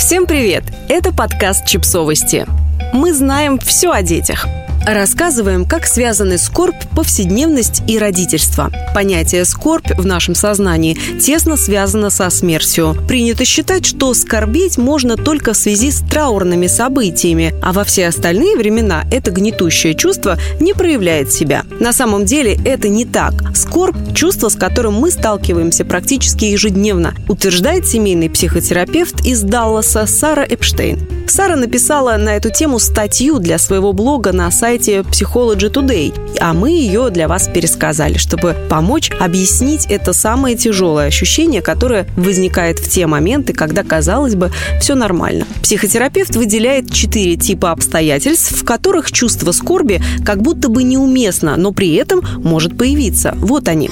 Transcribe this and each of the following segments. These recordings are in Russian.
Всем привет! Это подкаст «Чипсовости». Мы знаем все о детях. Рассказываем, как связаны скорбь, повседневность и родительство. Понятие «скорбь» в нашем сознании тесно связано со смертью. Принято считать, что скорбеть можно только в связи с траурными событиями, а во все остальные времена это гнетущее чувство не проявляет себя. На самом деле это не так. Скорбь – чувство, с которым мы сталкиваемся практически ежедневно, утверждает семейный психотерапевт из Далласа Сара Эпштейн. Сара написала на эту тему статью для своего блога на сайте Psychology Today, а мы ее для вас пересказали, чтобы помочь объяснить это самое тяжелое ощущение, которое возникает в те моменты, когда, казалось бы, все нормально. Психотерапевт выделяет 4 типа обстоятельств, в которых чувство скорби как будто бы неуместно, но при этом может появиться. Вот они.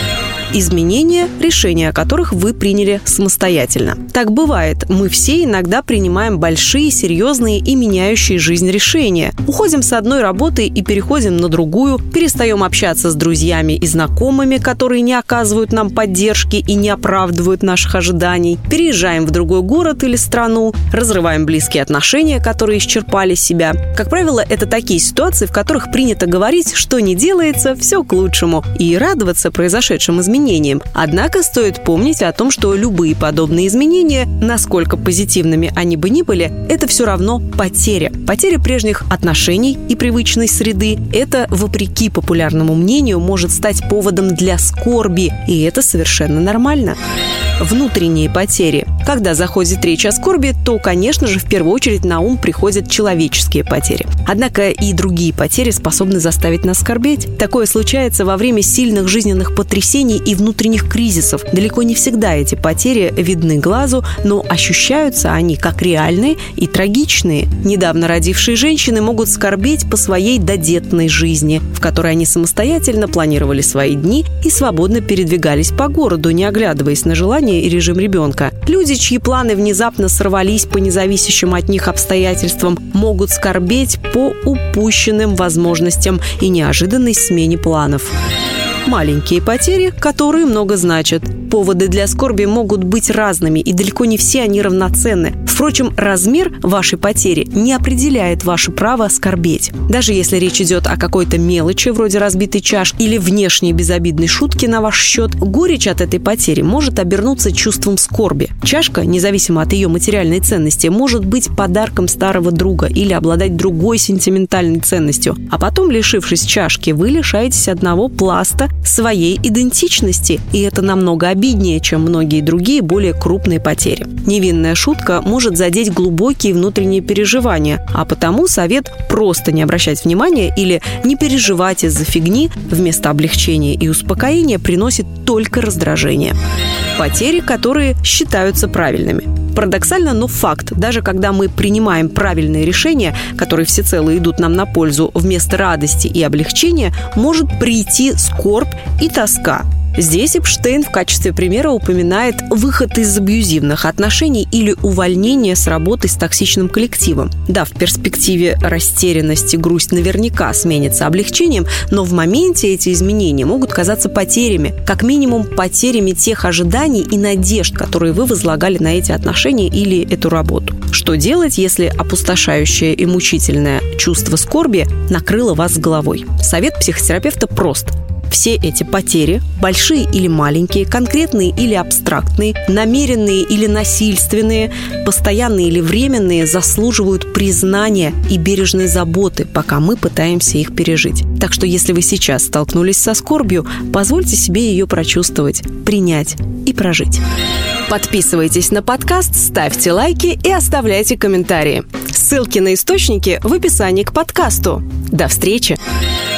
Изменения, решения которых вы приняли самостоятельно. Так бывает. Мы все иногда принимаем большие, серьезные и меняющие жизнь решения. Уходим с одной работы и переходим на другую, перестаем общаться с друзьями и знакомыми, которые не оказывают нам поддержки и не оправдывают наших ожиданий, переезжаем в другой город или страну, разрываем близкие отношения, которые исчерпали себя. Как правило, это такие ситуации, в которых принято говорить, что не делается, все к лучшему, и радоваться произошедшим изменениям. Однако стоит помнить о том, что любые подобные изменения, насколько позитивными они бы ни были, это все равно потеря. Потеря прежних отношений и привычной среды. Это, вопреки популярному мнению, может стать поводом для скорби, и это совершенно нормально. Внутренние потери. Когда заходит речь о скорби, то, конечно же, в первую очередь на ум приходят человеческие потери. Однако и другие потери способны заставить нас скорбеть. Такое случается во время сильных жизненных потрясений и внутренних кризисов. Далеко не всегда эти потери видны глазу, но ощущаются они как реальные и трагичные. Недавно родившие женщины могут скорбеть по своей додетной жизни, в которой они самостоятельно планировали свои дни и свободно передвигались по городу, не оглядываясь на желания и режим ребенка. Люди, чьи планы внезапно сорвались по независящим от них обстоятельствам, могут скорбеть по упущенным возможностям и неожиданной смене планов. Маленькие потери, которые много значат. Поводы для скорби могут быть разными, и далеко не все они равноценны. Впрочем, размер вашей потери не определяет ваше право скорбеть. Даже если речь идет о какой-то мелочи, вроде разбитой чашки или внешней безобидной шутки на ваш счет, горечь от этой потери может обернуться чувством скорби. Чашка, независимо от ее материальной ценности, может быть подарком старого друга или обладать другой сентиментальной ценностью. А потом, лишившись чашки, вы лишаетесь одного пласта своей идентичности, и это намного обиднее, чем многие другие более крупные потери. Невинная шутка может задеть глубокие внутренние переживания, а потому совет просто не обращать внимания или не переживать из-за фигни вместо облегчения и успокоения приносит только раздражение. Потери, которые считаются правильными. Парадоксально, но факт. Даже когда мы принимаем правильные решения, которые всецело идут нам на пользу, вместо радости и облегчения может прийти скорбь и тоска. Здесь Эпштейн в качестве примера упоминает выход из абьюзивных отношений или увольнение с работы с токсичным коллективом. Да, в перспективе растерянность и грусть наверняка сменится облегчением, но в моменте эти изменения могут казаться потерями, как минимум потерями тех ожиданий и надежд, которые вы возлагали на эти отношения или эту работу. Что делать, если опустошающее и мучительное чувство скорби накрыло вас с головой? Совет психотерапевта прост. Все эти потери, большие или маленькие, конкретные или абстрактные, намеренные или насильственные, постоянные или временные, заслуживают признания и бережной заботы, пока мы пытаемся их пережить. Так что если вы сейчас столкнулись со скорбью, позвольте себе ее прочувствовать, принять и прожить. Подписывайтесь на подкаст, ставьте лайки и оставляйте комментарии. Ссылки на источники в описании к подкасту. До встречи!